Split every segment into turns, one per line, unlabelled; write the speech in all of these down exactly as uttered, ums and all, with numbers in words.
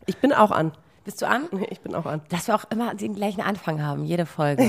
Ich bin auch an.
Bist du an?
Ich bin auch an.
Dass wir auch immer den gleichen Anfang haben, jede Folge.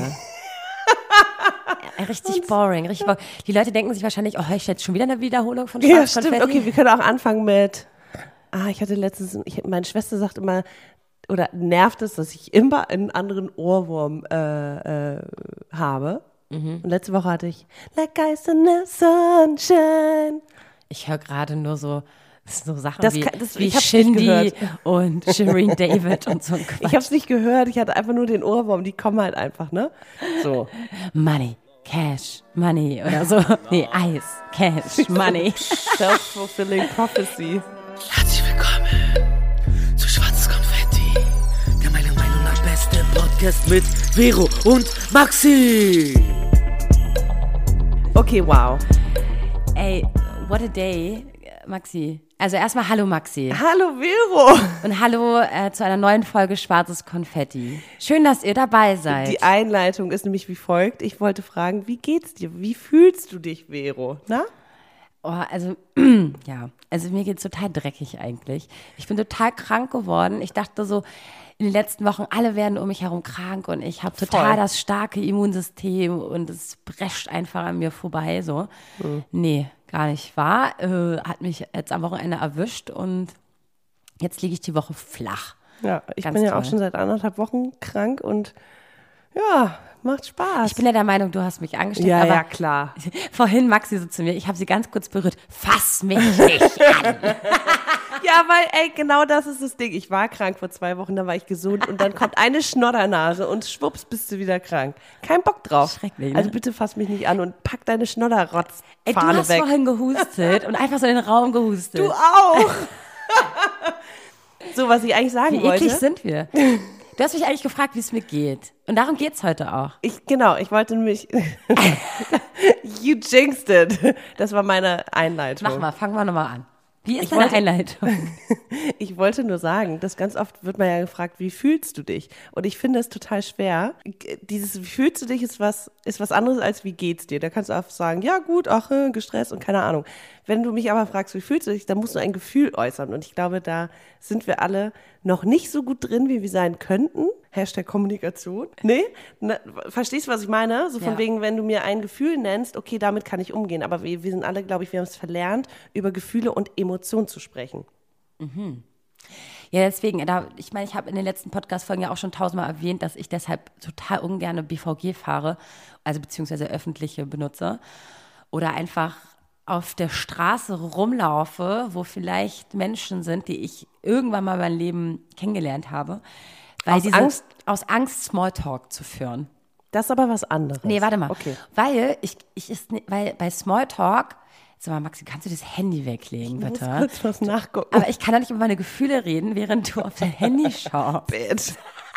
ja, richtig boring, richtig boring. Die Leute denken sich wahrscheinlich, oh, ich jetzt schon wieder eine Wiederholung von Schwarz
Ja, stimmt. Okay, wir können auch anfangen mit, ah, ich hatte letztens, ich, meine Schwester sagt immer, oder nervt es, dass ich immer einen anderen Ohrwurm äh, äh, habe. Mhm. Und letzte Woche hatte ich Like Ice in the Sunshine.
Ich höre gerade nur so, so Sachen
das
wie,
kann, das,
wie
ich
Shindy und Shireen David und so ein Quatsch.
Ich habe es nicht gehört, ich hatte einfach nur den Ohrwurm, die kommen halt einfach, ne? So.
Money, Cash, Money oder so. Nee, Eis, Cash, Money.
Self-fulfilling Prophecy.
Herzlich willkommen zu Schwarzes Konfetti, der meiner Meinung nach beste Podcast mit Vero und Maxi.
Okay, wow.
Ey, what a day, Maxi. Also erstmal hallo Maxi.
Hallo Vero.
Und hallo äh, zu einer neuen Folge Schwarzes Konfetti. Schön, dass ihr dabei seid.
Die Einleitung ist nämlich wie folgt. Ich wollte fragen, wie geht's dir? Wie fühlst du dich, Vero? Na?
Oh, also, ja, also mir geht's total dreckig eigentlich. Ich bin total krank geworden. Ich dachte so, in den letzten Wochen, alle werden um mich herum krank und ich habe total Voll. das starke Immunsystem und es prescht einfach an mir vorbei. So. Mhm. Nee, gar nicht wahr. Äh, hat mich jetzt am Wochenende erwischt und jetzt liege ich die Woche flach.
Ja, ich
Ganz
bin ja
toll.
auch schon seit anderthalb Wochen krank und ja, macht Spaß.
Ich bin ja der Meinung, du hast mich angesteckt.
Ja,
aber
ja, klar.
Vorhin Maxi so zu mir, ich habe sie ganz kurz berührt. Fass mich nicht an.
Ja, weil, ey, genau das ist das Ding. Ich war krank vor zwei Wochen, dann war ich gesund und dann kommt eine Schnoddernase und schwupps bist du wieder krank. Kein Bock drauf.
Schrecklich, ne?
Also bitte fass mich nicht an und pack deine Schnodderrotz
Ey, du hast
weg.
vorhin gehustet und einfach so in den Raum gehustet.
Du auch. So, was ich eigentlich sagen
Wie
wollte.
eklig sind wir. Du hast mich eigentlich gefragt, wie es mir geht. Und darum geht's heute auch.
Ich, genau, ich wollte nämlich, you jinxed it. Das war meine Einleitung.
Mach mal, fangen wir nochmal an. Wie ist
Ich
deine
wollte-
Einleitung?
Ich wollte nur sagen, dass ganz oft wird man ja gefragt, wie fühlst du dich? Und ich finde es total schwer. Dieses, wie fühlst du dich, ist was, ist was anderes als wie geht's dir? Da kannst du auch sagen, ja gut, ach, äh, gestresst und keine Ahnung. Wenn du mich aber fragst, wie fühlst du dich, dann musst du ein Gefühl äußern. Und ich glaube, da sind wir alle noch nicht so gut drin, wie wir sein könnten. Hashtag Kommunikation. Nee? Na, verstehst du, was ich meine? So von
Ja.
wegen, wenn du mir ein Gefühl nennst, okay, damit kann ich umgehen. Aber wir, wir sind alle, glaube ich, wir haben es verlernt, über Gefühle und Emotionen zu sprechen.
Ja, deswegen, da, ich meine, ich habe in den letzten Podcast-Folgen ja auch schon tausendmal erwähnt, dass ich deshalb total ungern B V G fahre, also beziehungsweise öffentliche benutze oder einfach auf der Straße rumlaufe, wo vielleicht Menschen sind, die ich irgendwann mal mein Leben kennengelernt habe, weil
Aus
diese,
Angst?
aus Angst Smalltalk zu führen.
Das ist aber was anderes.
Nee, warte mal.
Okay.
Weil ich, ich ist, ni- weil bei Smalltalk, sag mal, Maxi, kannst du das Handy weglegen,
Ich muss
bitte?
kurz was nachgucken.
Aber ich kann doch nicht über meine Gefühle reden, während du auf dein Handy schaust.
Bitch.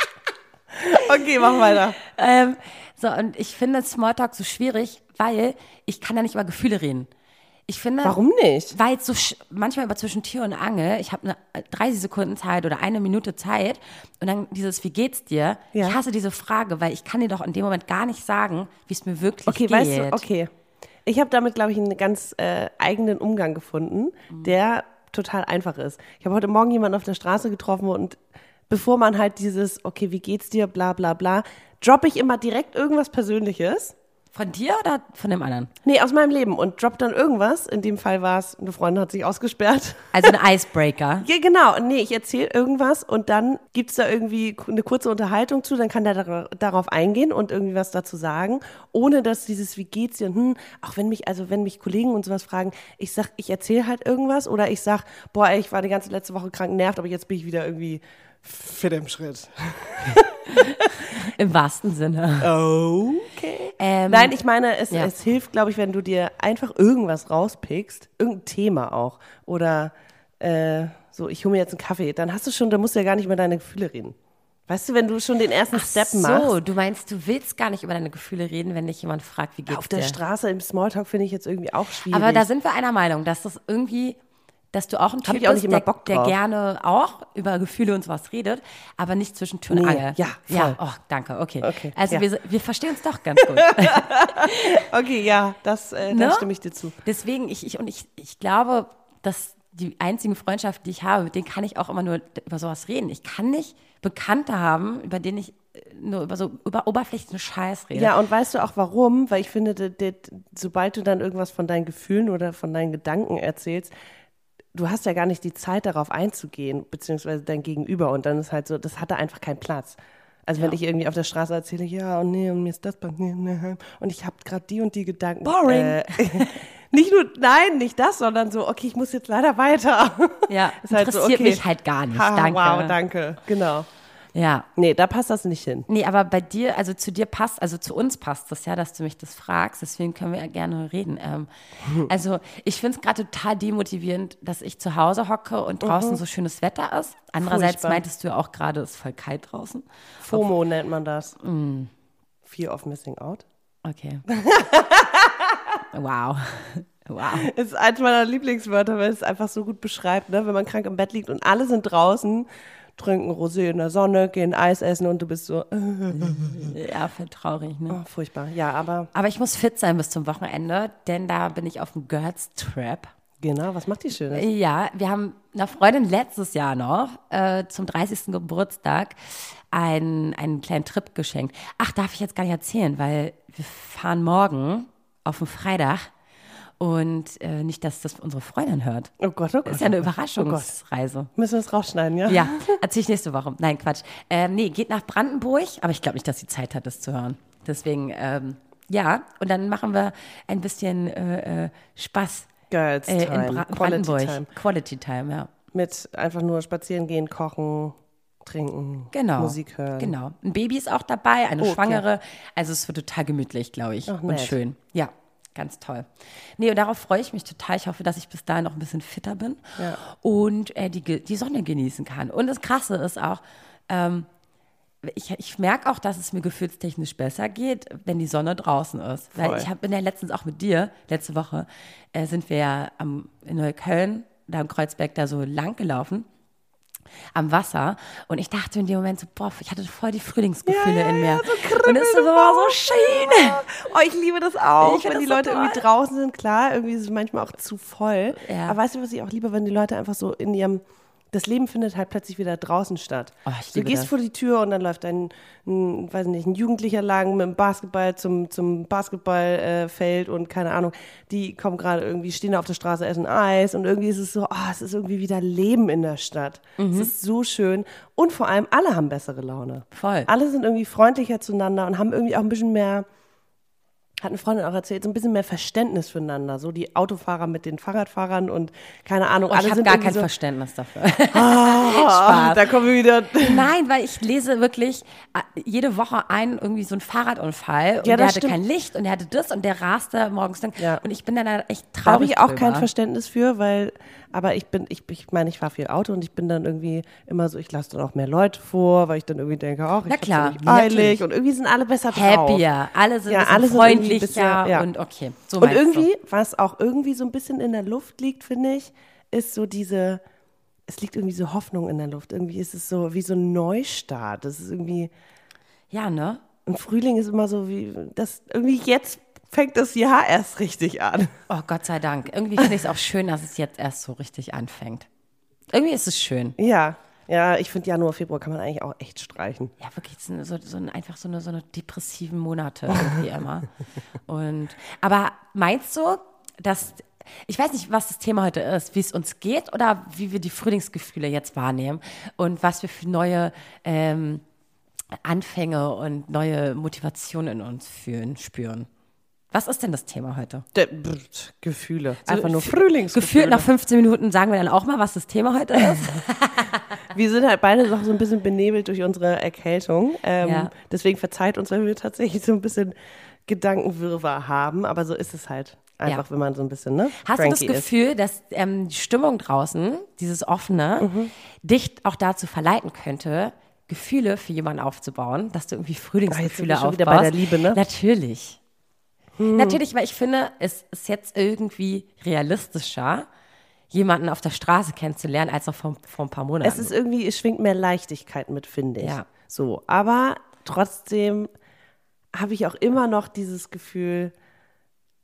Okay, mach weiter.
ähm, so, und ich finde Smalltalk so schwierig, weil ich kann da nicht über Gefühle reden. Ich finde,
Warum nicht?
weil es so sch- manchmal über zwischen Tür und Angel, ich habe eine dreißig Sekunden Zeit oder eine Minute Zeit und dann dieses, wie geht's dir?
Ja.
Ich hasse diese Frage, weil ich kann dir doch in dem Moment gar nicht sagen, wie es mir wirklich
Okay,
geht.
weißt du, okay. Ich habe damit, glaube ich, einen ganz äh, eigenen Umgang gefunden, der total einfach ist. Ich habe heute Morgen jemanden auf der Straße getroffen und bevor man halt dieses, okay, wie geht's dir, bla bla bla, droppe ich immer direkt irgendwas Persönliches.
Von dir oder von dem anderen?
Nee, aus meinem Leben und droppe dann irgendwas. In dem Fall war es, eine Freundin hat sich ausgesperrt.
Also ein Icebreaker.
Ja, genau. Nee, ich erzähle irgendwas und dann gibt's da irgendwie eine kurze Unterhaltung zu, dann kann der dar- darauf eingehen und irgendwie was dazu sagen, ohne dass dieses, wie geht's dir, und, hm, auch wenn mich, also wenn mich Kollegen und sowas fragen, ich sag, ich erzähle halt irgendwas oder ich sag, boah, ey, ich war die ganze letzte Woche krank, nervt, aber jetzt bin ich wieder irgendwie fit im Schritt.
Im wahrsten Sinne.
Okay.
Ähm,
Nein, ich meine, es,
ja.
es hilft, glaube ich, wenn du dir einfach irgendwas rauspickst, irgendein Thema auch oder äh, so, ich hole mir jetzt einen Kaffee, dann hast du schon, da musst du ja gar nicht über deine Gefühle reden. Weißt du, wenn du schon den ersten
Ach
Step
so,
machst,
du meinst, du willst gar nicht über deine Gefühle reden, wenn dich jemand fragt, wie geht's
auf der
dir?
Straße im Smalltalk finde ich jetzt irgendwie auch schwierig.
Aber da sind wir einer Meinung, dass das irgendwie, dass du auch ein Typ
ich auch nicht
bist,
immer
der,
Bock
der
drauf.
gerne auch über Gefühle und sowas redet, aber nicht zwischen Tür und
Nee,
Angel.
ja, voll.
Ja, oh, danke, okay.
Okay,
Also
ja.
wir, wir verstehen uns doch ganz gut.
Okay, ja, das, äh,
Ne?
da stimme ich dir zu.
Deswegen, ich, ich und ich, ich glaube, dass die einzigen Freundschaften, die ich habe, mit denen kann ich auch immer nur über sowas reden. Ich kann nicht Bekannte haben, über denen ich nur über so über oberflächlichen Scheiß rede.
Ja, und weißt du auch warum? Weil ich finde, d- d- sobald du dann irgendwas von deinen Gefühlen oder von deinen Gedanken erzählst, du hast ja gar nicht die Zeit, darauf einzugehen, beziehungsweise dein Gegenüber. Und dann ist halt so, das hatte einfach keinen Platz. Also
Ja.
wenn ich irgendwie auf der Straße erzähle, ja, und nee, und mir ist das passiert, nee, und ich habe gerade die und die Gedanken.
Boring.
Äh, nicht nur, nein, nicht das, sondern so, okay, ich muss jetzt leider weiter.
Ja,
Ist halt so,
interessiert
okay.
mich halt gar nicht.
Ha,
Danke.
Wow, danke. Genau.
Ja.
Nee, da passt das nicht hin.
Nee, aber bei dir, also zu dir passt, also zu uns passt das ja, dass du mich das fragst, deswegen können wir ja gerne reden. Ähm, also ich finde es gerade total demotivierend, dass ich zu Hause hocke und draußen
Mhm.
so schönes Wetter ist. Andererseits
Furchtbar.
meintest du ja auch gerade, es ist voll kalt draußen.
FOMO nennt man das.
Mm.
Fear of Missing Out.
Okay. Wow. Wow.
Ist eins meiner Lieblingswörter, weil es einfach so gut beschreibt, ne? Wenn man krank im Bett liegt und alle sind draußen, trinken Rosé in der Sonne, gehen Eis essen und du bist so, äh,
Ja, voll traurig, ne?
oh, furchtbar. Ja, aber
Aber ich muss fit sein bis zum Wochenende, denn da bin ich auf dem Girls Trip.
genau, was macht die Schönes?
Ja, wir haben einer Freundin letztes Jahr noch äh, zum dreißigsten Geburtstag einen, einen kleinen Trip geschenkt. Ach, darf ich jetzt gar nicht erzählen, weil wir fahren morgen auf den Freitag und äh, nicht, dass das unsere Freundin hört.
Oh Gott, oh Gott.
Das ist ja eine
oh Gott.
Überraschungsreise.
Müssen wir es rausschneiden, ja?
Ja, erzähle ich nächste Woche. Nein, Quatsch. Ähm, nee, geht nach Brandenburg, aber ich glaube nicht, dass sie Zeit hat, das zu hören. Deswegen, ähm, ja, und dann machen wir ein bisschen äh, äh, Spaß
Girls
äh,
Time,
in Bra
Quality
Brandenburg.
Time.
Quality Time, ja.
Mit einfach nur spazieren gehen, kochen, trinken,
Genau.
Musik hören.
Genau. Ein Baby ist auch dabei, eine
Oh, okay.
Schwangere. Also es wird total gemütlich, glaube ich.
Ach,
und
nett.
schön. Ja, ganz toll. Nee, und darauf freue ich mich total. Ich hoffe, dass ich bis dahin noch ein bisschen fitter bin
Ja.
und äh, die, ge- die Sonne genießen kann. Und das Krasse ist auch, ähm, ich, ich merke auch, dass es mir gefühlstechnisch besser geht, wenn die Sonne draußen ist. Weil
Voll.
ich hab, bin ja letztens auch mit dir, letzte Woche, äh, sind wir ja am, in Neukölln, da im Kreuzberg, da so lang gelaufen am Wasser. Und ich dachte in dem Moment so, boah, ich hatte voll die Frühlingsgefühle
Ja, ja,
in mir.
ja, so
und es war so schön.
Oh, ich liebe das auch,
Ich find
wenn die
das so
Leute irgendwie
toll.
draußen sind. Klar, irgendwie ist es manchmal auch zu voll.
Ja.
Aber weißt du, was ich auch liebe, wenn die Leute einfach so in ihrem, das Leben findet halt plötzlich wieder draußen statt.
Oh, ich
du
liebe
gehst
das.
vor die Tür und dann läuft ein, ein weiß nicht, ein Jugendlicher lang mit dem Basketball zum, zum Basketballfeld äh, und keine Ahnung, die kommen gerade irgendwie, stehen da auf der Straße, essen Eis und irgendwie ist es so, oh, es ist irgendwie wieder Leben in der Stadt.
Mhm.
Es ist so schön und vor allem alle haben bessere Laune.
Voll.
Alle sind irgendwie freundlicher zueinander und haben irgendwie auch ein bisschen mehr, hat eine Freundin auch erzählt, so ein bisschen mehr Verständnis füreinander. So die Autofahrer mit den Fahrradfahrern und keine Ahnung.
Oh,
alle
ich habe
sind
gar
irgendwie
kein
so,
Verständnis dafür.
Ah, da kommen wir wieder.
Nein, weil ich lese wirklich äh, jede Woche einen irgendwie so einen Fahrradunfall und
Ja,
der
das
hatte
stimmt.
kein Licht und der hatte das und der raste morgens dann.
Ja.
Und ich bin dann da echt
Da
traurig
habe ich auch
drüber.
kein Verständnis für, weil, aber ich bin, ich, ich meine, ich fahre viel Auto und ich bin dann irgendwie immer so, ich lasse dann auch mehr Leute vor, weil ich dann irgendwie denke, ach, ich
Na
hab's
klar,
ja nicht eilig
natürlich.
und irgendwie sind alle besser drauf.
Happier, alle sind
Ja,
ein bisschen
alle sind irgendwie ein
freundlicher
bisschen- ja.
und okay. So
Und
meinst du.
irgendwie, was auch irgendwie so ein bisschen in der Luft liegt, finde ich, ist so diese, es liegt irgendwie so Hoffnung in der Luft. Irgendwie ist es so wie so ein Neustart. Das ist irgendwie,
Ja, ne?
im Frühling ist immer so wie, das irgendwie jetzt fängt das Jahr erst richtig an.
Oh, Gott sei Dank. Irgendwie finde ich es auch schön, dass es jetzt erst so richtig anfängt. Irgendwie ist es schön.
Ja, ja, ich finde Januar, Februar kann man eigentlich auch echt streichen.
Ja, wirklich so, so, so ein- einfach so eine, so eine depressiven Monate irgendwie immer. Und, aber meinst du, dass, ich weiß nicht, was das Thema heute ist, wie es uns geht oder wie wir die Frühlingsgefühle jetzt wahrnehmen und was wir für neue ähm, Anfänge und neue Motivationen in uns fühlen, spüren? Was ist denn das Thema heute?
De, pff, Gefühle. Einfach nur
F-
Frühlingsgefühle.
Gefühlt nach fünfzehn Minuten sagen wir dann auch mal, was das Thema heute ist.
Wir sind halt beide noch so ein bisschen benebelt durch unsere Erkältung. Ähm,
Ja.
Deswegen verzeiht uns, wenn wir tatsächlich so ein bisschen Gedankenwirrwarr haben. Aber so ist es halt einfach,
Ja.
wenn man so ein bisschen, ne?
Hast du das
cranky ist.
Gefühl, dass ähm, die Stimmung draußen, dieses Offene,
Mhm.
dich auch dazu verleiten könnte, Gefühle für jemanden aufzubauen, dass du irgendwie
Ah,
Frühlingsgefühle
jetzt sind wir schon
aufbaust?
wieder bei der Liebe, ne?
Natürlich. Natürlich, weil ich finde, es ist jetzt irgendwie realistischer, jemanden auf der Straße kennenzulernen, als noch vor, vor ein paar Monaten.
Es ist irgendwie, es schwingt mehr Leichtigkeit mit, finde ich.
Ja.
So, aber trotzdem habe ich auch immer noch dieses Gefühl,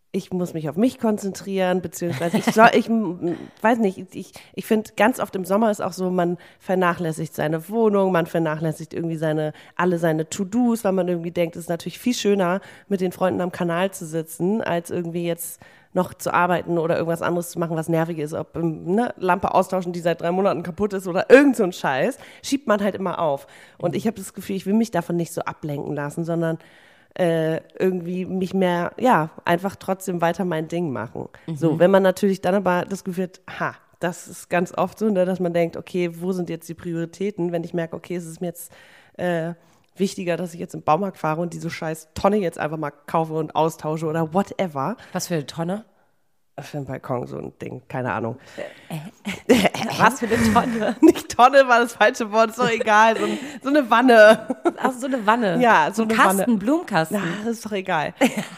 ich muss mich auf mich konzentrieren, beziehungsweise ich soll, ich m, weiß nicht, ich, ich finde ganz oft im Sommer ist auch so, man vernachlässigt seine Wohnung, man vernachlässigt irgendwie seine, alle seine To-Dos, weil man irgendwie denkt, es ist natürlich viel schöner, mit den Freunden am Kanal zu sitzen, als irgendwie jetzt noch zu arbeiten oder irgendwas anderes zu machen, was nervig ist, ob ne, Lampe austauschen, die seit drei Monaten kaputt ist oder irgend so ein Scheiß, schiebt man halt immer auf. Und ich habe das Gefühl, ich will mich davon nicht so ablenken lassen, sondern Äh, irgendwie mich mehr, ja, einfach trotzdem weiter mein Ding machen. Mhm. So, wenn man natürlich dann aber das Gefühl hat, ha, das ist ganz oft so, ne, dass man denkt, okay, wo sind jetzt die Prioritäten, wenn ich merke, okay, es ist mir jetzt äh, wichtiger, dass ich jetzt im Baumarkt fahre und diese scheiß Tonne jetzt einfach mal kaufe und austausche oder whatever.
Was für eine Tonne?
Für einen Balkon, so ein Ding, keine Ahnung.
Äh, äh, was für eine Tonne?
Nicht Tonne war das falsche Wort, ist doch egal, so, ein, so eine Wanne.
Ach, so eine Wanne.
Ja, so
ein
eine
Kasten,
Wanne.
Blumenkasten.
Na, das ist doch egal.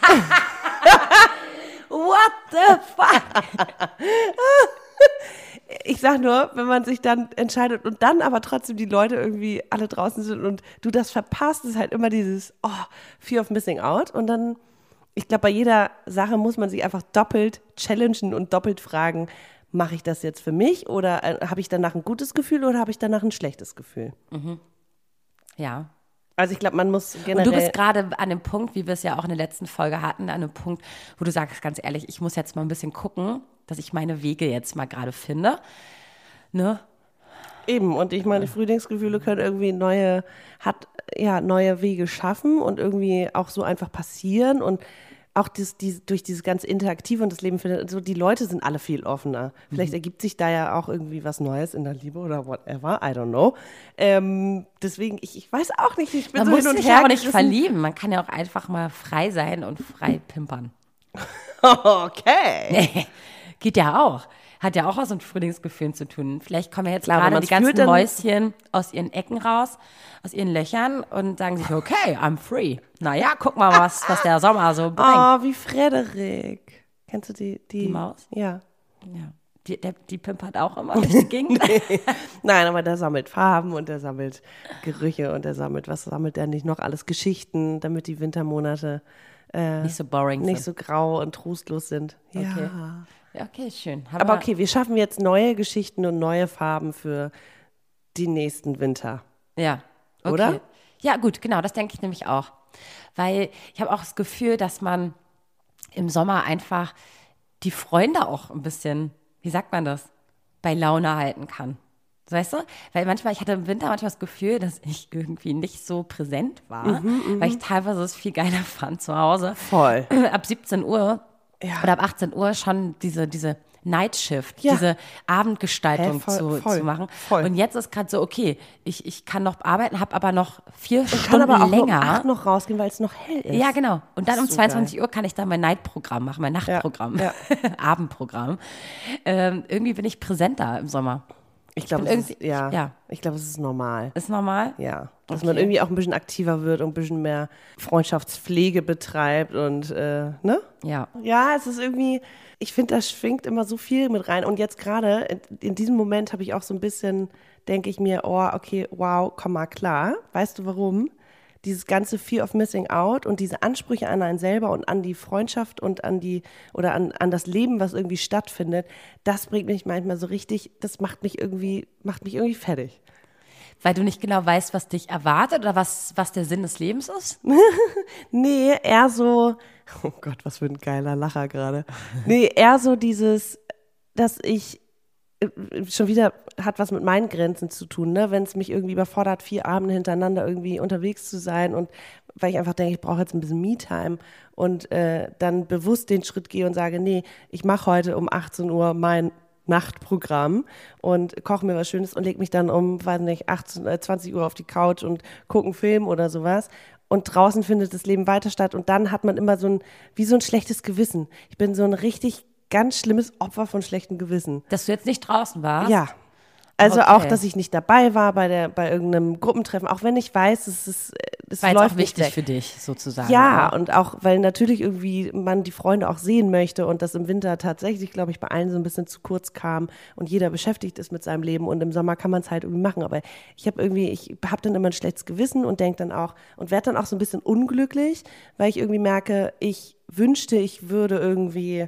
What the fuck?
Ich sag nur, wenn man sich dann entscheidet und dann aber trotzdem die Leute irgendwie alle draußen sind und du das verpasst, ist halt immer dieses oh, Fear of Missing Out. Und dann, ich glaube, bei jeder Sache muss man sich einfach doppelt challengen und doppelt fragen, mache ich das jetzt für mich oder äh, habe ich danach ein gutes Gefühl oder habe ich danach ein schlechtes Gefühl?
Mhm. Ja.
Also ich glaube, man muss generell...
Und du bist gerade an dem Punkt, wie wir es ja auch in der letzten Folge hatten, an dem Punkt, wo du sagst, ganz ehrlich, ich muss jetzt mal ein bisschen gucken, dass ich meine Wege jetzt mal gerade finde. Ne?
Eben, und ich meine, Frühlingsgefühle können irgendwie neue, hat, ja, neue Wege schaffen und irgendwie auch so einfach passieren und auch das, die, durch dieses ganze Interaktive und das Leben findet, so die Leute sind alle viel offener. Vielleicht mhm. ergibt sich da ja auch irgendwie was Neues in der Liebe oder whatever, I don't know. Ähm, deswegen, ich, ich weiß auch nicht, ich bin
man
so
muss
hin und
sich
her
ja auch nicht
gerissen.
verlieben, man kann ja auch einfach mal frei sein und frei pimpern.
Okay.
Geht ja auch. Hat ja auch was mit Frühlingsgefühlen zu tun. Vielleicht kommen ja jetzt
Klar,
gerade
man
die ganzen
fühlt dann-
Mäuschen aus ihren Ecken raus, aus ihren Löchern und sagen sich, okay, I'm free. Naja, guck mal, was, was der Sommer so bringt.
Oh, wie Frederik. Kennst du die? Die,
Die Maus?
Ja.
Ja. Die, der, die pimpert auch immer durch die Gegend.
Nein, aber der sammelt Farben und der sammelt Gerüche und der sammelt, was sammelt der nicht noch? Alles Geschichten, damit die Wintermonate äh,
Nicht so boring
nicht
sind.
so grau und trostlos sind.
Okay.
Ja.
Ja, okay, schön. Haben
Aber
wir-
okay, wir schaffen jetzt neue Geschichten und neue Farben für die nächsten Winter.
Ja. Okay.
Oder?
Ja, gut, genau, das denke ich nämlich auch. Weil ich habe auch das Gefühl, dass man im Sommer einfach die Freunde auch ein bisschen, wie sagt man das, bei Laune halten kann. Weißt du? Weil manchmal, ich hatte im Winter manchmal das Gefühl, dass ich irgendwie nicht so präsent war,
Mhm,
weil ich teilweise es viel geiler fand zu Hause.
Voll.
Ab siebzehn Uhr
Ja.
oder ab achtzehn Uhr schon diese, diese Nightshift,
Ja.
diese Abendgestaltung
Hä, voll,
zu,
voll,
zu machen.
voll.
Und jetzt ist gerade so, okay, ich, ich kann noch arbeiten, habe aber noch vier
Ich kann
Stunden
aber auch
länger.
nur um acht noch rausgehen, weil es noch hell ist.
Ja, genau. Und dann um
So
zweiundzwanzig Uhr kann ich dann mein Nightprogramm machen, mein Nachtprogramm,
Ja,
Abendprogramm. Ähm, irgendwie bin ich präsenter im Sommer.
Ich glaube,
bin
es ist,
irgendwie-
ja,
ja.
ich glaube, es ist normal.
Ist normal?
Ja, dass
Okay.
man irgendwie auch ein bisschen aktiver wird und ein bisschen mehr Freundschaftspflege betreibt und, äh, ne?
Ja.
Ja, es ist irgendwie, ich finde, da schwingt immer so viel mit rein. Und jetzt gerade, in, in diesem Moment habe ich auch so ein bisschen, denke ich mir, oh, okay, wow, komm mal klar. Weißt du warum? Dieses ganze Fear of Missing Out und diese Ansprüche an einen selber und an die Freundschaft und an die, oder an, an das Leben, was irgendwie stattfindet, das bringt mich manchmal so richtig, das macht mich irgendwie, macht mich irgendwie fertig.
Weil du nicht genau weißt, was dich erwartet oder was, was der Sinn des Lebens ist?
Nee, eher so, oh Gott, was für ein geiler Lacher gerade. Nee, eher so dieses, dass ich, äh, schon wieder hat was mit meinen Grenzen zu tun, ne? Wenn es mich irgendwie überfordert, vier Abende hintereinander irgendwie unterwegs zu sein und weil ich einfach denke, ich brauche jetzt ein bisschen Me-Time und äh, dann bewusst den Schritt gehe und sage, nee, ich mache heute um achtzehn Uhr mein Nachtprogramm und koche mir was Schönes und lege mich dann um, weiß nicht, achtzehn, äh, zwanzig Uhr auf die Couch und gucke einen Film oder sowas. Und draußen findet das Leben weiter statt und dann hat man immer so ein, wie so ein schlechtes Gewissen. Ich bin so ein richtig ganz schlimmes Opfer von schlechtem Gewissen.
Dass du jetzt nicht draußen warst?
Ja. Also
Okay.
auch, dass ich nicht dabei war bei der, bei irgendeinem Gruppentreffen, auch wenn ich weiß, es ist, das
War jetzt
läuft
auch
nicht
wichtig
weg.
für dich sozusagen.
Ja,
auch.
und auch, weil natürlich irgendwie man die Freunde auch sehen möchte und das im Winter tatsächlich, glaube ich, bei allen so ein bisschen zu kurz kam und jeder beschäftigt ist mit seinem Leben und im Sommer kann man es halt irgendwie machen. Aber ich habe irgendwie, ich habe dann immer ein schlechtes Gewissen und denke dann auch und werde dann auch so ein bisschen unglücklich, weil ich irgendwie merke, ich wünschte, ich würde irgendwie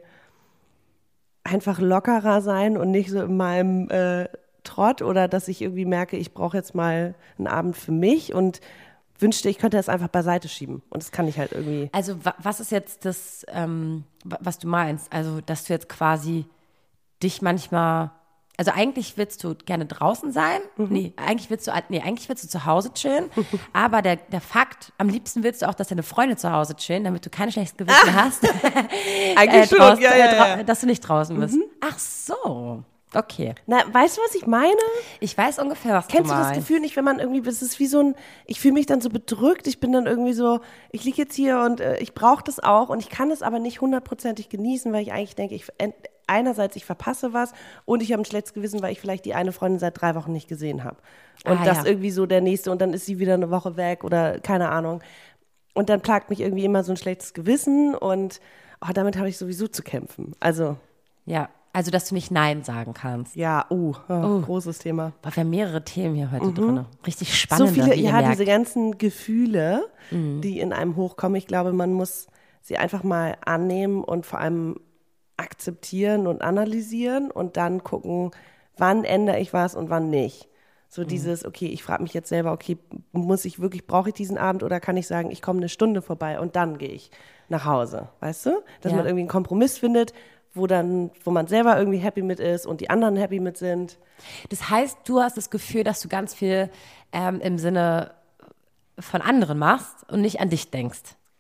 einfach lockerer sein und nicht so in meinem äh, Trott oder dass ich irgendwie merke, ich brauche jetzt mal einen Abend für mich und wünschte, ich könnte das einfach beiseite schieben. Und das kann ich halt irgendwie.
Also wa- was ist jetzt das, ähm, wa- was du meinst? Also, dass du jetzt quasi dich manchmal, also eigentlich willst du gerne draußen sein. Mhm. Nee, eigentlich willst du, nee, eigentlich willst du zu Hause chillen. Aber der, der Fakt, am liebsten willst du auch, dass deine Freunde zu Hause chillen, damit du kein schlechtes Gewissen ah. hast.
Eigentlich
äh,
schon,
draußen,
ja, ja,
äh, dra-
ja.
dass du nicht draußen bist.
Mhm.
Ach so. Okay.
Na, weißt du, was ich meine?
Ich weiß ungefähr, was
Kennst
du
du
meinst.
das Gefühl nicht, wenn man irgendwie, es ist wie so ein, ich fühle mich dann so bedrückt, ich bin dann irgendwie so, ich liege jetzt hier und äh, ich brauche das auch und ich kann es aber nicht hundertprozentig genießen, weil ich eigentlich denke, ich ent- einerseits ich verpasse was und ich habe ein schlechtes Gewissen, weil ich vielleicht die eine Freundin seit drei Wochen nicht gesehen habe. Und
Ah,
das
ja.
irgendwie so der nächste und dann ist sie wieder eine Woche weg oder keine Ahnung. Und dann plagt mich irgendwie immer so ein schlechtes Gewissen und oh, damit habe ich sowieso zu kämpfen. Also
Ja, also dass du nicht Nein sagen kannst.
ja, oh, oh, großes Thema.
Aber wir haben mehrere Themen hier heute
Mhm.
drin. Richtig
So
spannend.
viele,
wie ihr
ja,
merkt.
diese ganzen Gefühle, die in einem hochkommen. Ich glaube, man muss sie einfach mal annehmen und vor allem akzeptieren und analysieren und dann gucken, wann ändere ich was und wann nicht. So dieses, okay, ich frage mich jetzt selber, okay, muss ich wirklich, brauche ich diesen Abend oder kann ich sagen, ich komme eine Stunde vorbei und dann gehe ich nach Hause, weißt du? Dass
Ja.
man irgendwie einen Kompromiss findet, wo dann, wo man selber irgendwie happy mit ist und die anderen happy mit sind.
Das heißt, du hast das Gefühl, dass du ganz viel ähm, im Sinne von anderen machst und nicht an dich denkst.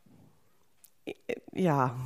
Ja.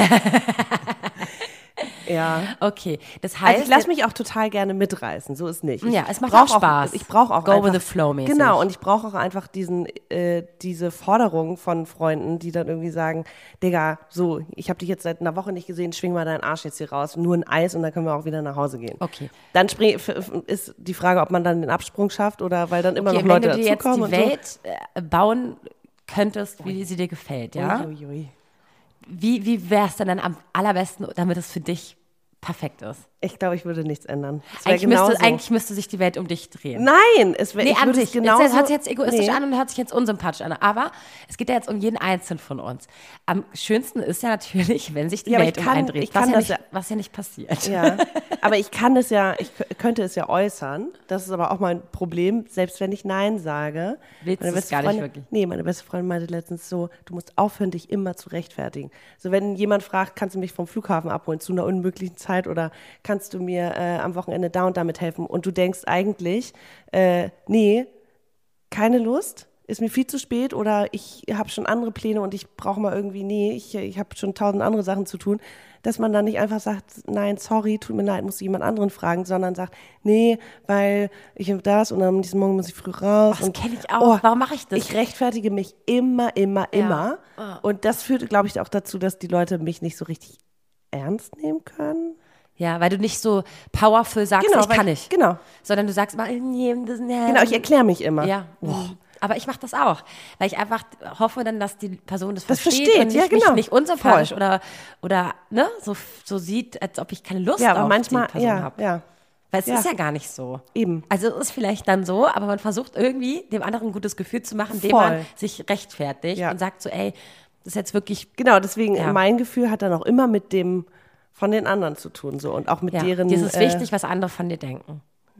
Ja.
Okay, das heißt,
Also ich lasse mich auch total gerne mitreißen, so ist nicht. Ich
Ja, es macht
brauch
auch Spaß.
Ich brauche auch
Go
einfach,
with the flow mäßig.
Genau, und ich brauche auch einfach diesen, äh, diese Forderung von Freunden, die dann irgendwie sagen, Digga, so, ich habe dich jetzt seit einer Woche nicht gesehen, schwing mal deinen Arsch jetzt hier raus, nur ein Eis und dann können wir auch wieder nach Hause gehen.
Okay.
Dann spring, f- f- ist die Frage, ob man dann den Absprung schafft oder weil dann immer
okay,
noch Leute
wenn du dir jetzt
dazukommen
die
und
Welt äh, bauen könntest, wie sie dir gefällt,
so.
ja?
Ui, ui, ui.
Wie, wie wäre es denn dann am allerbesten, damit es für dich perfekt ist?
Ich glaube, ich würde nichts ändern. Es wär
Eigentlich müsste,
genauso.
eigentlich müsste sich die Welt um dich drehen.
Nein, es wäre
Nee,
ich
an
würde
sich.
es genauso.
Es hört sich jetzt egoistisch
Nee.
an und hört sich jetzt unsympathisch an. Aber es geht ja jetzt um jeden Einzelnen von uns. Am schönsten ist ja natürlich, wenn sich die
Ja, aber
Welt
ich
um
kann-
einen dreht.
ich
Was
kann
ja,
das
nicht,
ja-
was ja nicht passiert.
Ja, aber ich kann es ja, ich k- könnte es ja äußern. Das ist aber auch mein Problem, selbst wenn ich Nein sage.
Willst
Meine
du es
beste
gar nicht
Freundin-
wirklich?
Nee, meine beste Freundin meinte letztens so, du musst aufhören, dich immer zu rechtfertigen. So, wenn jemand fragt, kannst du mich vom Flughafen abholen zu einer unmöglichen Zeit oder kannst du mir äh, am Wochenende da und damit helfen und du denkst eigentlich, äh, nee, keine Lust, ist mir viel zu spät oder ich habe schon andere Pläne und ich brauche mal irgendwie, nee, ich, ich habe schon tausend andere Sachen zu tun, dass man dann nicht einfach sagt, nein, sorry, tut mir leid, muss jemand anderen fragen, sondern sagt, nee, weil ich habe das und am nächsten Morgen muss ich früh raus.
Das
und,
kenne ich auch. Warum mache ich das?
Ich rechtfertige mich immer, immer,
Ja.
immer. Und das führt, glaube ich, auch dazu, dass die Leute mich nicht so richtig ernst nehmen können.
Ja, weil du nicht so powerful sagst, ich
weil
kann nicht.
Genau,
Sondern du sagst immer, nee, das, nee.
genau, ich erkläre mich immer.
Ja. Aber ich mache das auch, weil ich einfach hoffe dann, dass die Person das,
Das
versteht,
versteht,
und nicht,
ja, genau.
mich nicht unsympathisch
Voll.
oder, oder ne, so, so sieht, als ob ich keine Lust
Ja, aber
auf
manchmal,
die Person
ja,
habe.
ja.
Weil es
Ja.
ist ja gar nicht so.
Eben.
Also es ist vielleicht dann so, aber man versucht irgendwie, dem anderen ein gutes Gefühl zu machen, indem
Voll.
man sich rechtfertigt
Ja.
und sagt so, ey, das ist jetzt wirklich,
Genau, deswegen,
Ja.
mein Gefühl hat dann auch immer mit dem von den anderen zu tun so und auch mit
ja,
deren.
dir ist es
äh,
wichtig, was andere von dir denken.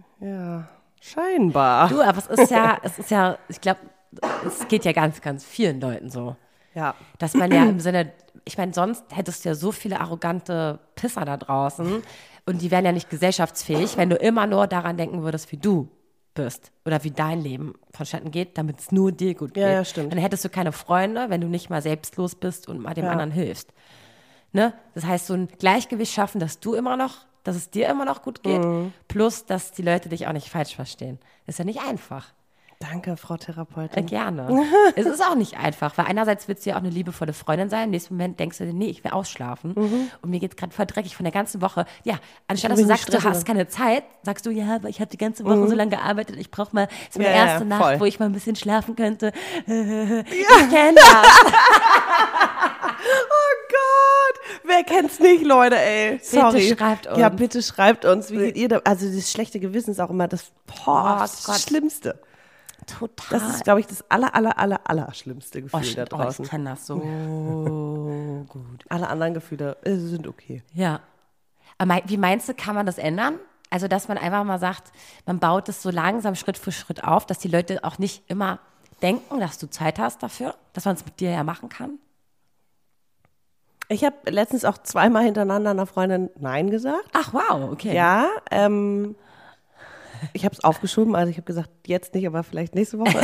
Ja, scheinbar.
Du, aber es ist ja, es ist ja, ich glaube, es geht ja ganz, ganz vielen Leuten so.
Ja.
Dass man ja im Sinne, ich meine, sonst hättest du ja so viele arrogante Pisser da draußen und die wären ja nicht gesellschaftsfähig, wenn du immer nur daran denken würdest, wie du bist oder wie dein Leben vonstatten geht, damit es nur dir gut geht.
Ja, ja, stimmt.
Dann hättest du keine Freunde, wenn du nicht mal selbstlos bist und mal dem
Ja.
anderen hilfst. Ne? Das heißt, so ein Gleichgewicht schaffen, dass du immer noch, dass es dir immer noch gut geht,
Mhm.
plus, dass die Leute dich auch nicht falsch verstehen. Das ist ja nicht einfach.
Danke, Frau
Äh,
Therapeutin.
gerne. Es ist auch nicht einfach, weil einerseits willst du ja auch eine liebevolle Freundin sein, im nächsten Moment denkst du dir, nee, ich will ausschlafen und mir geht's gerade voll dreckig von der ganzen Woche. Ja, anstatt dass
will
du
mich
sagst, du
stressen.
hast keine Zeit, sagst du, ja, aber ich habe die ganze Woche so lange gearbeitet, ich brauche mal, es ist meine
Ja, ja,
erste Nacht,
voll.
wo ich mal ein bisschen schlafen könnte. Ich kenne das.
Oh Gott, wer kennt's nicht, Leute, ey. Sorry.
schreibt
Ja,
uns.
bitte schreibt uns, wie geht ihr da? Also das schlechte Gewissen ist auch immer das, boah,
Oh
das,
Gott.
Schlimmste.
Total.
Das ist, glaube ich, das aller, aller, aller, aller schlimmste
oh,
Gefühl da
shit, oh,
draußen.
ich kenne das so gut.
Alle anderen Gefühle äh, sind okay.
Ja. Aber mei- wie meinst du, kann man das ändern? Also, dass man einfach mal sagt, man baut es so langsam Schritt für Schritt auf, dass die Leute auch nicht immer denken, dass du Zeit hast dafür, dass man es mit dir ja machen kann?
Ich habe letztens auch zweimal hintereinander einer Freundin Nein gesagt.
Ach, wow, okay.
Ja, ähm, ich habe es aufgeschoben, also ich habe gesagt, jetzt nicht, aber vielleicht nächste Woche.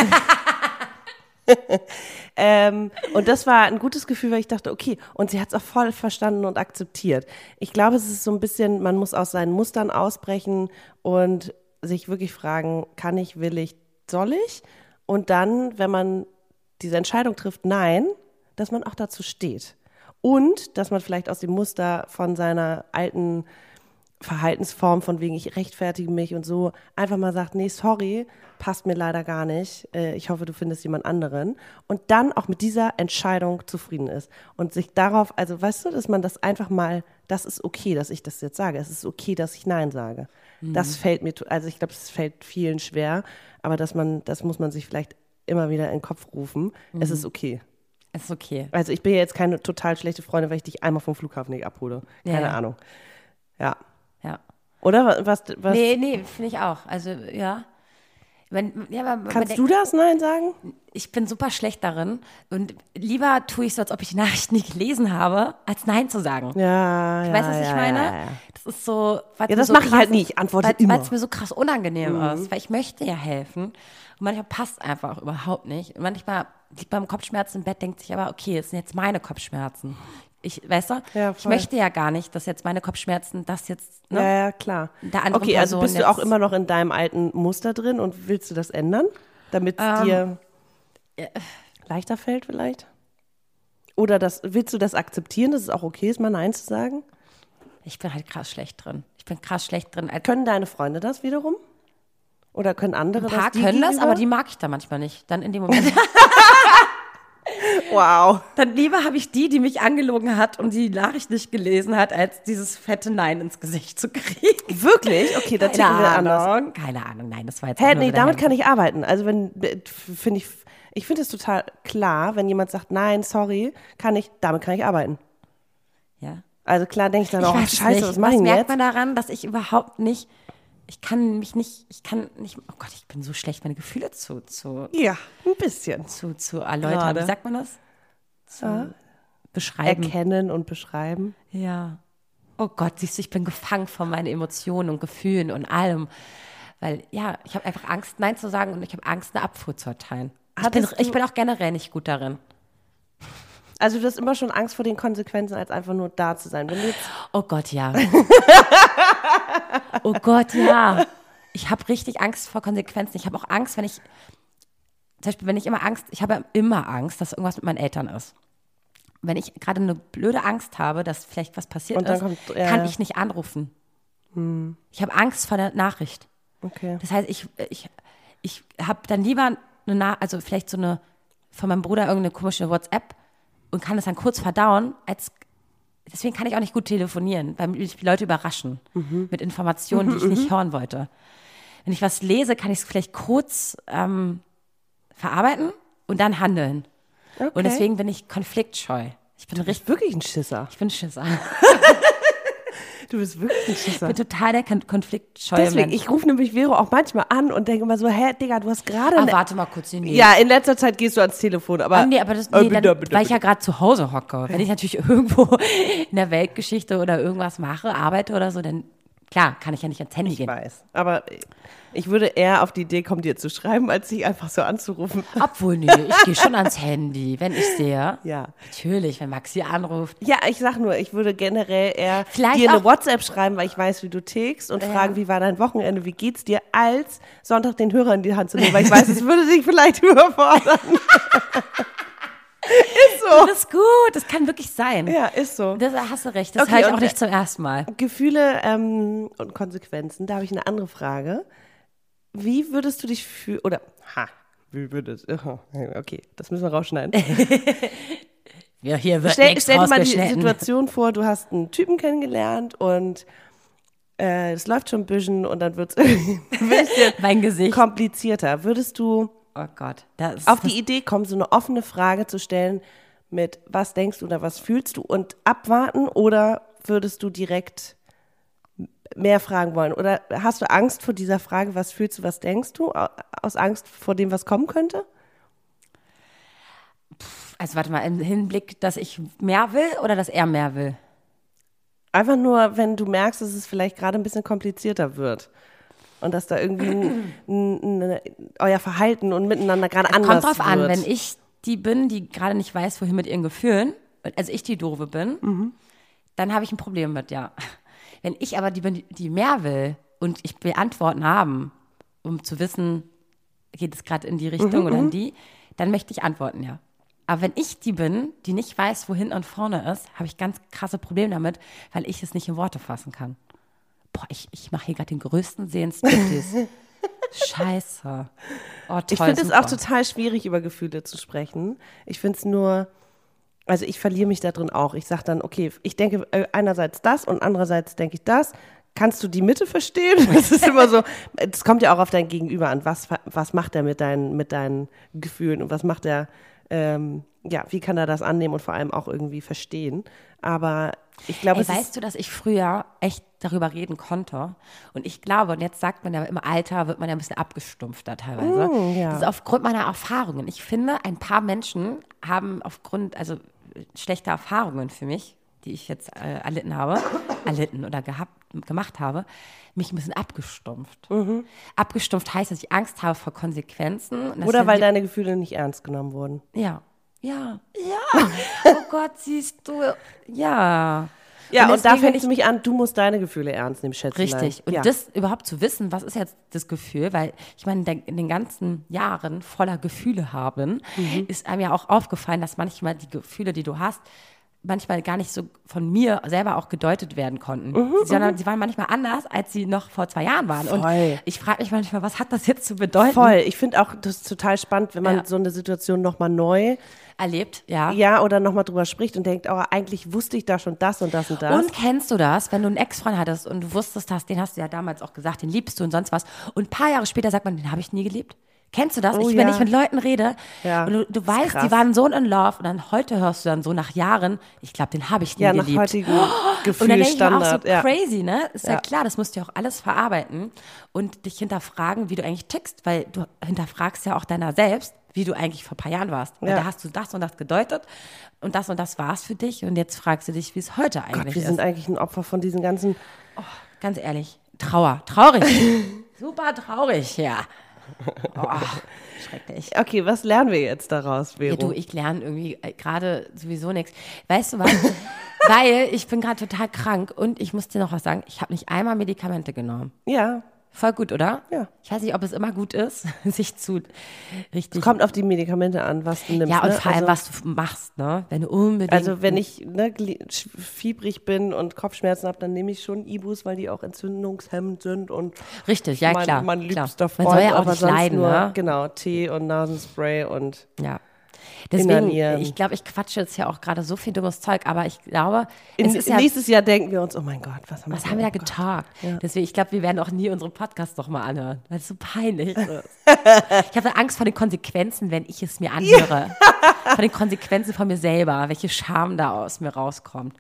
ähm, und das war ein gutes Gefühl, weil ich dachte, okay, und sie hat es auch voll verstanden und akzeptiert. Ich glaube, es ist so ein bisschen, man muss aus seinen Mustern ausbrechen und sich wirklich fragen, kann ich, will ich, soll ich? Und dann, wenn man diese Entscheidung trifft, nein, dass man auch dazu steht. Und dass man vielleicht aus dem Muster von seiner alten Verhaltensform, von wegen ich rechtfertige mich und so, einfach mal sagt, nee, sorry, passt mir leider gar nicht. Äh, ich hoffe, du findest jemand anderen. Und dann auch mit dieser Entscheidung zufrieden ist. Und sich darauf, also weißt du, dass man das einfach mal, das ist okay, dass ich das jetzt sage. Es ist okay, dass ich Nein sage. Mhm. Das fällt mir, also ich glaube, es fällt vielen schwer, aber dass man, das muss man sich vielleicht immer wieder in den Kopf rufen. Mhm. Es ist okay.
Ist okay.
Also ich bin ja jetzt keine total schlechte Freundin, weil ich dich einmal vom Flughafen nicht abhole. Keine
Ja, ja.
Ahnung. Ja.
Ja.
Oder was? was
Nee, nee, finde ich auch. Also, ja. Wenn, ja aber,
Kannst
wenn-
du das Nein sagen?
Ich bin super schlecht darin und lieber tue ich so, als ob ich die Nachricht nie gelesen habe, als Nein zu sagen.
Ja, ja.
Weißt du, was
ja,
ich meine?
Ja, ja.
Das ist so,
Ja,
weil's mir
das
so
mache ich
krass-
halt nie. Ich antworte
weil,
immer.
Weil es mir so krass unangenehm ist, weil ich möchte ja helfen und manchmal passt einfach überhaupt nicht. Und manchmal liegt man im Kopfschmerzen im Bett, denkt sich aber, okay, es sind jetzt meine Kopfschmerzen. Ich, weißt du,
Ja,
ich
voll.
möchte ja gar nicht, dass jetzt meine Kopfschmerzen das jetzt, ne?
Ja, ja, klar.
Der anderen
Okay, also
Person
bist du auch
jetzt-
immer noch in deinem alten Muster drin und willst du das ändern, damit es
Ähm,
dir leichter fällt vielleicht? Oder das, willst du das akzeptieren, dass es auch okay ist, mal Nein zu sagen?
Ich bin halt krass schlecht drin. Ich bin krass schlecht drin. Ein
Können deine Freunde das wiederum? Oder können andere
paar
das? die
können das,
gegenüber?
aber die mag ich dann manchmal nicht. Dann in dem Moment.
Wow.
Dann lieber habe ich die, die mich angelogen hat und die Nachricht nicht gelesen hat, als dieses fette Nein ins Gesicht zu kriegen.
Wirklich? Okay, da ticken wir anders.
Ahnung. Keine Ahnung, nein, das war jetzt
Hä,
auch nur
nee,
so der
damit kann
Hemd.
ich arbeiten. Also wenn, finde ich, ich finde es total klar, wenn jemand sagt, nein, sorry, kann ich, damit kann ich arbeiten.
Ja.
Also klar denke ich dann
Ich
auch,
weiß es
scheiße,
nicht.
was mache ich
Was
denn
merkt
jetzt?
man daran, dass ich überhaupt nicht, ich kann mich nicht, ich kann nicht, oh Gott, ich bin so schlecht, meine Gefühle zu, zu,
Ja, ein bisschen.
zu, zu erläutern.
Gerade.
Wie sagt man das? Zu
Ja.
beschreiben.
Erkennen und beschreiben.
Ja. Oh Gott, siehst du, ich bin gefangen von meinen Emotionen und Gefühlen und allem. Weil, ja, ich habe einfach Angst, Nein zu sagen und ich habe Angst, eine Abfuhr zu erteilen. Ich bin,
Hattest du-
ich bin auch generell nicht gut darin.
Also du hast immer schon Angst vor den Konsequenzen, als einfach nur da zu sein. Wenn du jetzt,
Oh Gott, ja. Oh Gott, ja. Ich habe richtig Angst vor Konsequenzen. Ich habe auch Angst, wenn ich, zum Beispiel, wenn ich immer Angst, ich habe immer Angst, dass irgendwas mit meinen Eltern ist. Wenn ich gerade eine blöde Angst habe, dass vielleicht was passiert
Und dann
ist,
kommt- ja,
kann
ja.
ich nicht anrufen. Ich habe Angst vor der Nachricht.
okay.
Das heißt, ich, ich, ich habe dann lieber eine, Na also vielleicht so eine, von meinem Bruder irgendeine komische WhatsApp und kann das dann kurz verdauen, als, deswegen kann ich auch nicht gut telefonieren, weil mich die Leute überraschen mit Informationen, die ich nicht hören wollte. Wenn ich was lese, kann ich es vielleicht kurz ähm, verarbeiten und dann handeln.
okay.
Und deswegen bin ich konfliktscheu. Ich bin richtig,
wirklich ein Schisser.
ich bin Schisser.
Du bist wirklich ein
Ich
Schisser.
bin total der kon- konfliktscheue
Deswegen,
Mensch.
ich rufe nämlich Vero auch manchmal an und denke immer so, hä, Digga, du hast gerade...
Ah,
eine-
warte mal kurz, nee.
Ja, in letzter Zeit gehst du ans Telefon, aber...
Ah, nee, aber das,
Äh,
nee,
bitte,
dann,
bitte,
weil ich ja
bitte.
gerade zu Hause hocke. Wenn ich natürlich irgendwo in der Weltgeschichte oder irgendwas mache, arbeite oder so, dann Klar, kann ich ja nicht ans Handy
Ich
gehen.
weiß, aber ich würde eher auf die Idee kommen, dir zu schreiben, als dich einfach so anzurufen.
Obwohl, nee, ich gehe schon ans Handy, wenn ich sehe.
Ja.
Natürlich, wenn Maxi anruft.
Ja, ich sag nur, ich würde generell eher
Vielleicht
dir eine
auch-
WhatsApp schreiben, weil ich weiß, wie du tickst und
Ja.
fragen, wie war dein Wochenende, wie geht's dir, als Sonntag den Hörer in die Hand zu nehmen, weil ich weiß, es würde dich vielleicht überfordern. Ist so.
Das ist gut, das kann wirklich sein.
Ja, ist so.
Das, da hast du recht, das
Okay,
höre ich
und
auch nicht
der-
zum ersten Mal.
Gefühle ähm, und Konsequenzen, da habe ich eine andere Frage. Wie würdest du dich fühlen, oder, ha, wie würdest, oh, okay, das müssen wir rausschneiden.
Ja, hier wird
Stell,
nichts
stell dir mal die
rausgeschnitten.
Situation vor, du hast einen Typen kennengelernt und äh, es läuft schon ein bisschen und dann wird es ein bisschen
Mein Gesicht.
komplizierter. Würdest du
Oh Gott. Das ist,
auf die Idee kommen, so eine offene Frage zu stellen mit, was denkst du oder was fühlst du und abwarten, oder würdest du direkt mehr fragen wollen? Oder hast du Angst vor dieser Frage, was fühlst du, was denkst du, au- aus Angst vor dem, was kommen könnte?
also warte mal, im Hinblick, dass ich mehr will oder dass er mehr will?
Einfach nur, wenn du merkst, dass es vielleicht gerade ein bisschen komplizierter wird. Und dass da irgendwie ein, ein, ein, euer Verhalten und miteinander gerade
Es
anders
kommt drauf an,
wird.
wenn ich die bin, die gerade nicht weiß, wohin mit ihren Gefühlen, also ich die Doofe bin,
Mhm.
dann habe ich ein Problem mit, ja. Wenn ich aber die bin, die mehr will und ich will Antworten haben, um zu wissen, geht es gerade in die Richtung
Mhm,
oder in die, dann möchte ich antworten, ja. Aber wenn ich die bin, die nicht weiß, wo hinten und vorne ist, habe ich ganz krasse Probleme damit, weil ich es nicht in Worte fassen kann. Boah, ich, ich mache hier gerade den größten Sehenstriptease. Scheiße. Oh, toll,
Ich finde es
super.
auch total schwierig, über Gefühle zu sprechen. Ich finde es nur, also ich verliere mich da drin auch. Ich sage dann, okay, ich denke äh, einerseits das und andererseits denke ich das. Kannst du die Mitte verstehen? Das ist immer so, es kommt ja auch auf dein Gegenüber an. Was, was macht er mit deinen, mit deinen Gefühlen und was macht er, ähm, ja, wie kann er das annehmen und vor allem auch irgendwie verstehen? Aber ich glaube,
Ey,
es ist,
weißt du, dass ich früher echt darüber reden konnte? Und ich glaube, und jetzt sagt man ja im Alter, wird man ja ein bisschen abgestumpfter teilweise.
Mm, ja.
Das ist aufgrund meiner Erfahrungen. Ich finde, ein paar Menschen haben aufgrund, also schlechter Erfahrungen für mich, die ich jetzt äh, erlitten habe, erlitten oder gehabt, gemacht habe, mich ein bisschen abgestumpft.
Mhm.
Abgestumpft heißt, dass ich Angst habe vor Konsequenzen. Und das
oder weil
verli-
deine Gefühle nicht ernst genommen wurden.
Ja, ja, ja. Oh Gott, siehst du, ja.
Ja, und, da
deswegen
fängt
ich-
es mich an, du musst deine Gefühle ernst nehmen, Schätzelein.
Richtig. Und
ja.
das überhaupt zu wissen, was ist jetzt das Gefühl, weil ich meine, der- in den ganzen Jahren voller Gefühle haben,
Mhm.
ist einem ja auch aufgefallen, dass manchmal die Gefühle, die du hast, manchmal gar nicht so von mir selber auch gedeutet werden konnten, sondern sie waren manchmal anders, als sie noch vor zwei Jahren waren.
Voll.
Und ich frage mich manchmal, was hat das jetzt zu bedeuten?
Voll. Ich finde auch, das ist total spannend, wenn man
Ja.
so eine Situation nochmal neu,
Erlebt, ja.
ja, oder nochmal drüber spricht und denkt, oh, eigentlich wusste ich da schon das und das und das.
Und kennst du das, wenn du einen Ex-Freund hattest und du wusstest das, den hast du ja damals auch gesagt, den liebst du und sonst was. Und ein paar Jahre später sagt man, den habe ich nie geliebt. Kennst du das?
Oh
ich,
ja.
Wenn ich mit Leuten rede
Ja,
und du, du
ist
weißt,
krass.
die waren so in Love und dann heute hörst du dann so nach Jahren, ich glaube, den habe ich nie
ja, nach
geliebt.
heutigem
Und dann
Gefühl,
denke ich mir auch so
Standard. Ja.
crazy, ne? Ist ja.
Ja.
klar, das musst du ja auch alles verarbeiten und dich hinterfragen, wie du eigentlich tickst, weil du hinterfragst ja auch deiner selbst, wie du eigentlich vor ein paar Jahren warst. Weil
Ja.
da hast du das und das gedeutet und das und das war es für dich und jetzt fragst du dich, wie es heute eigentlich
Gott, wir
ist.
sind eigentlich ein Opfer von diesen ganzen,
Ganz ehrlich, Trauer, traurig. Super traurig, ja. Oh, schrecklich.
okay, was lernen wir jetzt daraus, Vero?
Ja, du, ich lerne irgendwie äh, gerade sowieso nichts. Weißt du was? Weil ich bin gerade total krank und ich muss dir noch was sagen, ich habe nicht einmal Medikamente genommen.
ja,
Voll gut, oder?
Ja.
Ich weiß nicht, ob es immer gut ist, sich zu richtig.
kommt auf die Medikamente an, was du nimmst.
ja, und
ne?
vor allem,
also,
was du machst, ne? Wenn du unbedingt.
Also wenn ich ne, gli- sch- fiebrig bin und Kopfschmerzen habe, dann nehme ich schon Ibus, weil die auch entzündungshemmend sind und
Richtig, ja,
mein,
klar.
mein
klar.
liebster
Man
Freund,
soll ja auch
aber
nicht
sonst
leiden,
nur,
ne?
genau, Tee und Nasenspray und
Ja. Deswegen,
Inhalieren.
ich glaube, ich quatsche jetzt ja auch gerade so viel dummes Zeug, aber ich glaube,
in,
es ist ja,
nächstes Jahr denken wir uns, oh mein Gott, was haben
was
wir
haben wir da
oh Gott.
getalkt?
Ja.
Deswegen, ich glaube, wir werden auch nie unsere Podcasts noch mal anhören, weil es so peinlich ist. Ich habe Angst vor den Konsequenzen, wenn ich es mir anhöre. Vor den Konsequenzen von mir selber, welche Scham da aus mir rauskommt.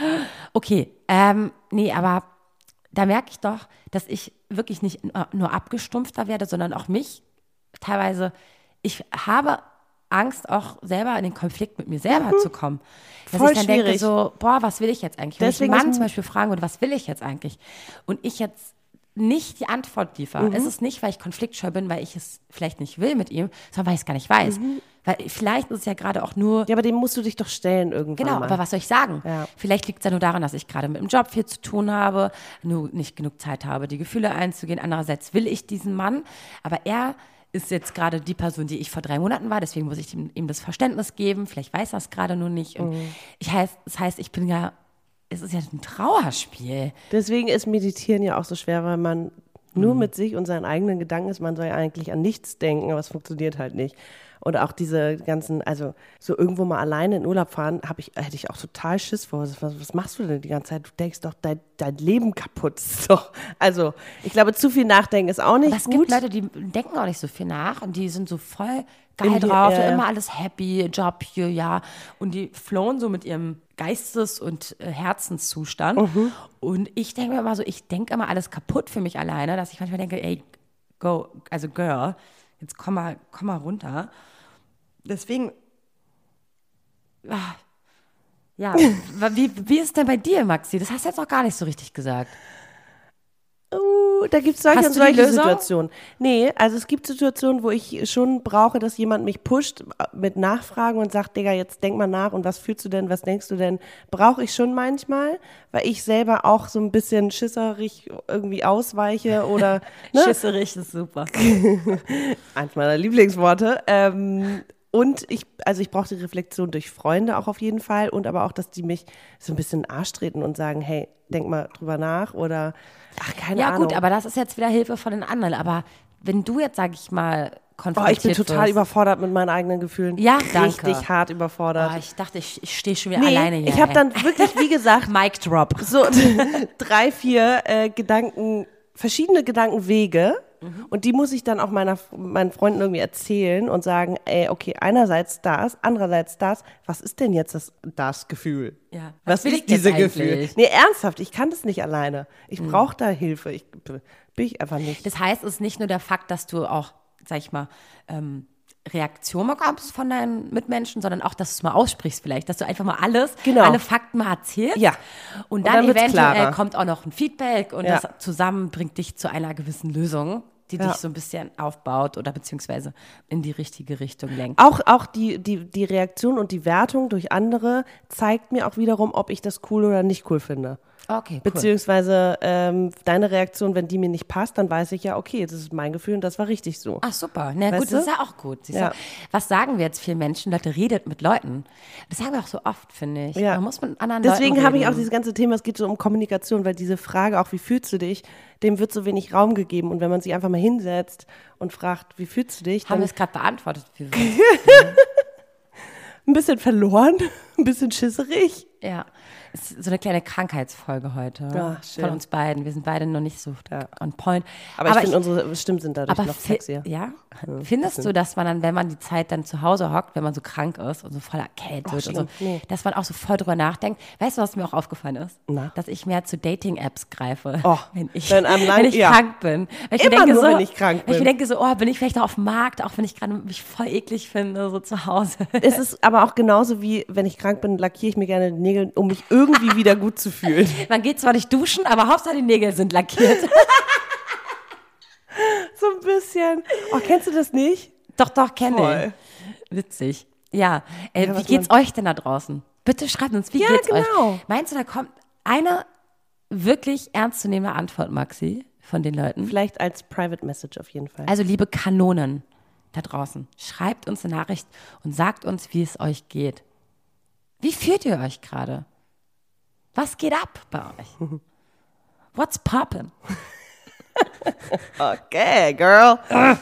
Okay, ähm, nee, aber da merke ich doch, dass ich wirklich nicht nur abgestumpfter werde, sondern auch mich teilweise, ich habe Angst, auch selber in den Konflikt mit mir selber mhm. zu kommen. Dass
Voll
ich dann
schwierig.
denke so, boah, was will ich jetzt eigentlich? Wenn
Deswegen
ich einen Mann
ist-
zum Beispiel fragen würde, was will ich jetzt eigentlich? Und ich jetzt nicht die Antwort liefere.
Mhm.
Es ist nicht, weil ich konfliktscheu bin, weil ich es vielleicht nicht will mit ihm, sondern weil ich es gar nicht weiß.
Mhm.
Weil vielleicht ist es ja gerade auch nur
Ja, aber dem musst du dich doch stellen irgendwann
Genau,
mal.
aber was soll ich sagen?
Ja.
Vielleicht liegt es ja nur daran, dass ich gerade mit dem Job viel zu tun habe, nur nicht genug Zeit habe, die Gefühle einzugehen. Andererseits will ich diesen Mann, aber er ist jetzt gerade die Person, die ich vor drei Monaten war, deswegen muss ich ihm, ihm das Verständnis geben. Vielleicht weiß er es gerade nur nicht. Und
Mhm.
ich heißt, das heißt, ich bin ja, es ist ja ein Trauerspiel.
Deswegen ist Meditieren ja auch so schwer, weil man nur mit sich und seinen eigenen Gedanken ist. Man soll ja eigentlich an nichts denken, aber es funktioniert halt nicht. Und auch diese ganzen, also so irgendwo mal alleine in Urlaub fahren, hab ich, hätte ich auch total Schiss vor. Was, was machst du denn die ganze Zeit? Du denkst doch, dein, dein Leben kaputt ist doch. Also ich glaube, zu viel Nachdenken ist auch nicht
Aber es
gut.
gibt Leute, die denken auch nicht so viel nach und die sind so voll geil
In die-
drauf,
ja, ja.
immer alles happy, Job hier, ja. Und die flown so mit ihrem Geistes- und äh, Herzenszustand.
Mhm.
Und ich denke mir immer so, ich denke immer alles kaputt für mich alleine, dass ich manchmal denke, ey, go, also Girl, jetzt komm mal, komm mal runter. Deswegen, ah, ja, wie, wie ist denn bei dir, Maxi? Das hast du jetzt noch gar nicht so richtig gesagt.
Uh, da gibt es solche
Hast
und
du die
solche
Lösung?
Situationen. Nee, also es gibt Situationen, wo ich schon brauche, dass jemand mich pusht mit Nachfragen und sagt, Digga, jetzt denk mal nach und was fühlst du denn, was denkst du denn? Brauche ich schon manchmal, weil ich selber auch so ein bisschen schisserig irgendwie ausweiche oder ne?
Schisserig ist super.
Eins meiner Lieblingsworte. Ähm, und ich, also ich brauche die Reflexion durch Freunde auch auf jeden Fall und aber auch, dass die mich so ein bisschen in den Arsch treten und sagen, hey, denk mal drüber nach oder ach, keine
Ja
Ahnung.
gut, aber das ist jetzt wieder Hilfe von den anderen. Aber wenn du jetzt, sag ich mal,
Oh,
konfrontiert
ich bin total
wirst,
überfordert mit meinen eigenen Gefühlen.
Ja, danke.
Richtig hart überfordert.
Oh, ich dachte, ich, ich stehe schon wieder
nee,
alleine hier.
ich habe
ey.
dann wirklich, wie gesagt,
Mic Drop.
so drei, vier äh, Gedanken, verschiedene Gedankenwege. Mhm. Und die muss ich dann auch meiner, meinen Freunden irgendwie erzählen und sagen, ey, okay, einerseits das, andererseits das. Was ist denn jetzt das, das Gefühl?
Ja,
Was,
was will
ist
ich jetzt
dieses Gefühl?
eigentlich?
Nee, ernsthaft, ich kann das nicht alleine. Ich brauche da Hilfe. Ich bin ich einfach nicht.
Das heißt, es ist nicht nur der Fakt, dass du auch, sag ich mal, ähm, Reaktion bekommst von deinen Mitmenschen, sondern auch, dass du es mal aussprichst vielleicht, dass du einfach mal alles,
Genau.
alle Fakten mal erzählst.
Ja.
Und
Und
dann,
dann wird's
eventuell
klarer.
kommt auch noch ein Feedback und
Ja.
das zusammen bringt dich zu einer gewissen Lösung, die
Ja.
dich so ein bisschen aufbaut oder beziehungsweise in die richtige Richtung lenkt.
Auch, auch die, die, die Reaktion und die Wertung durch andere zeigt mir auch wiederum, ob ich das cool oder nicht cool finde.
Okay, cool.
Beziehungsweise ähm, deine Reaktion, wenn die mir nicht passt, dann weiß ich ja, okay, das ist mein Gefühl und das war richtig so.
Ach super, na
Weißt
gut,
du?
das ist ja auch gut. Siehst
Ja.
du? Was sagen wir jetzt vielen Menschen? Leute, redet mit Leuten. Das sagen wir auch so oft, finde ich.
Ja.
Man muss mit anderen
Deswegen
Leuten
habe ich auch
reden.
dieses ganze Thema, es geht so um Kommunikation, weil diese Frage auch, wie fühlst du dich, dem wird so wenig Raum gegeben. Und wenn man sich einfach mal hinsetzt und fragt, wie fühlst du dich,
Haben wir
dann
es gerade beantwortet. Wie wir-
ein bisschen verloren, ein bisschen schisserig.
Ja, es ist so eine kleine Krankheitsfolge heute
Ja, schön.
von uns beiden. Wir sind beide noch nicht so
Ja.
on point.
Aber, ich finde, unsere Stimmen sind dadurch
aber
noch
fi-
sexier.
ja? Findest du, dass man dann, wenn man die Zeit dann zu Hause hockt, wenn man so krank ist und so voll erkältet
Oh,
und so,
stimmt. Nee.
dass man auch so voll drüber nachdenkt? Weißt du, was mir auch aufgefallen ist?
Na?
Dass ich mehr zu Dating-Apps greife,
Oh,
wenn ich,
wenn einem lang-
wenn ich
ja.
krank bin. Weil ich mir
Immer
denke
nur,
so,
wenn ich krank
weil Ich
bin.
mir denke so, oh, bin ich vielleicht auch auf dem Markt, auch wenn ich gerade mich voll eklig finde, so zu Hause.
Es ist aber auch genauso wie, wenn ich krank bin, lackiere ich mir gerne die Nägel, um mich irgendwie wieder gut zu fühlen.
Man geht zwar nicht duschen, aber Hauptsache die Nägel sind lackiert.
So ein bisschen. Oh, kennst du das nicht?
Doch, doch, kenne
Voll.
ich. Witzig. Ja, äh,
Ja,
wie
was
geht's euch denn da draußen? Bitte schreibt uns, wie
Ja,
geht's
genau.
euch? Meinst du, da kommt eine wirklich ernstzunehmende Antwort, Maxi, von den Leuten?
Vielleicht als Private Message auf jeden Fall.
Also, liebe Kanonen da draußen, schreibt uns eine Nachricht und sagt uns, wie es euch geht. Wie fühlt ihr euch gerade? Was geht ab bei euch? What's poppin'?
Okay, girl.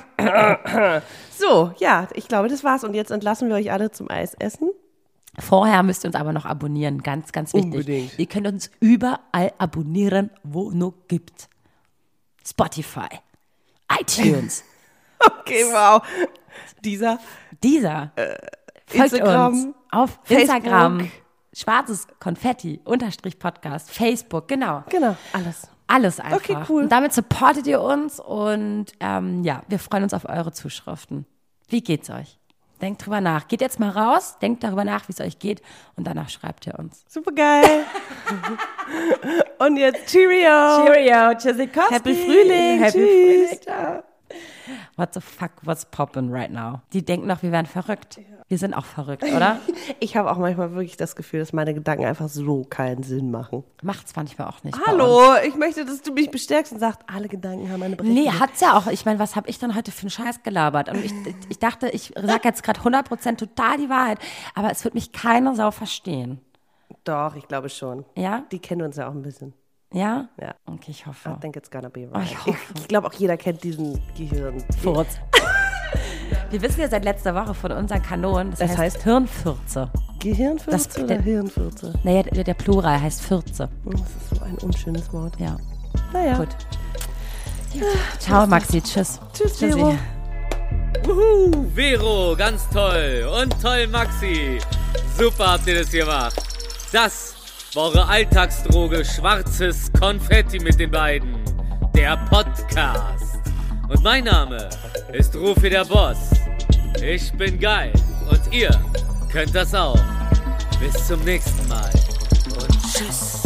So, ja, ich glaube, das war's. Und jetzt entlassen wir euch alle zum Eisessen.
Vorher müsst ihr uns aber noch abonnieren, ganz, ganz wichtig.
Unbedingt.
Ihr könnt uns überall abonnieren, wo nur gibt. Spotify, iTunes,
Okay, wow. Dieser
dieser. Folgt
Instagram,
uns auf
Facebook.
Instagram, schwarzes Konfetti, Unterstrich Podcast, Facebook, genau.
Genau, alles.
Alles einfach.
Okay, cool.
Und damit supportet ihr uns und ähm, ja, wir freuen uns auf eure Zuschriften. Wie geht's euch? Denkt drüber nach. Geht jetzt mal raus, denkt darüber nach, wie es euch geht und danach schreibt ihr uns.
Super geil. Und jetzt Cheerio.
Cheerio, Tschüssikowski.
Happy Frühling.
Happy
Tschüss.
Frühling. Ciao. What the fuck, what's poppin' right now? Die denken noch, wir wären verrückt. Wir sind auch verrückt, oder?
Ich habe auch manchmal wirklich das Gefühl, dass meine Gedanken einfach so keinen Sinn machen.
Macht's manchmal auch nicht.
Hallo, ich möchte, dass du mich bestärkst und sagst, alle Gedanken haben eine Berechtigung.
Nee, hat's ja auch. Ich meine, was habe ich denn heute für einen Scheiß gelabert? Und ich, ich dachte, ich sage jetzt gerade hundert Prozent total die Wahrheit, aber es wird mich keine Sau verstehen.
Doch, ich glaube schon.
Ja?
Die kennen uns ja auch ein bisschen.
Ja?
Ja.
Okay, ich hoffe.
I think it's gonna be
Oh,
right.
ich
ich
hoffe.
ich glaube auch jeder kennt diesen Gehirn.
Furz. Wir wissen ja seit letzter Woche von unseren Kanonen, das,
Das
heißt,
heißt?
Hirnfürze.
Gehirnfürze
Das-
oder
der-
Hirnfürze?
Naja, der, der Plural heißt Fürze.
Oh, das ist so ein unschönes Wort.
Ja,
Naja.
gut. Ciao, Maxi. Tschüss.
Tschüss,
Tschüssi.
Vero.
Wuhu, Vero, ganz toll. Und toll, Maxi. Super habt ihr das gemacht. Das war eure Alltagsdroge schwarzes Konfetti mit den beiden. Der Podcast. Und mein Name ist Rufi der Boss. Ich bin geil. Und ihr könnt das auch. Bis zum nächsten Mal. Und tschüss.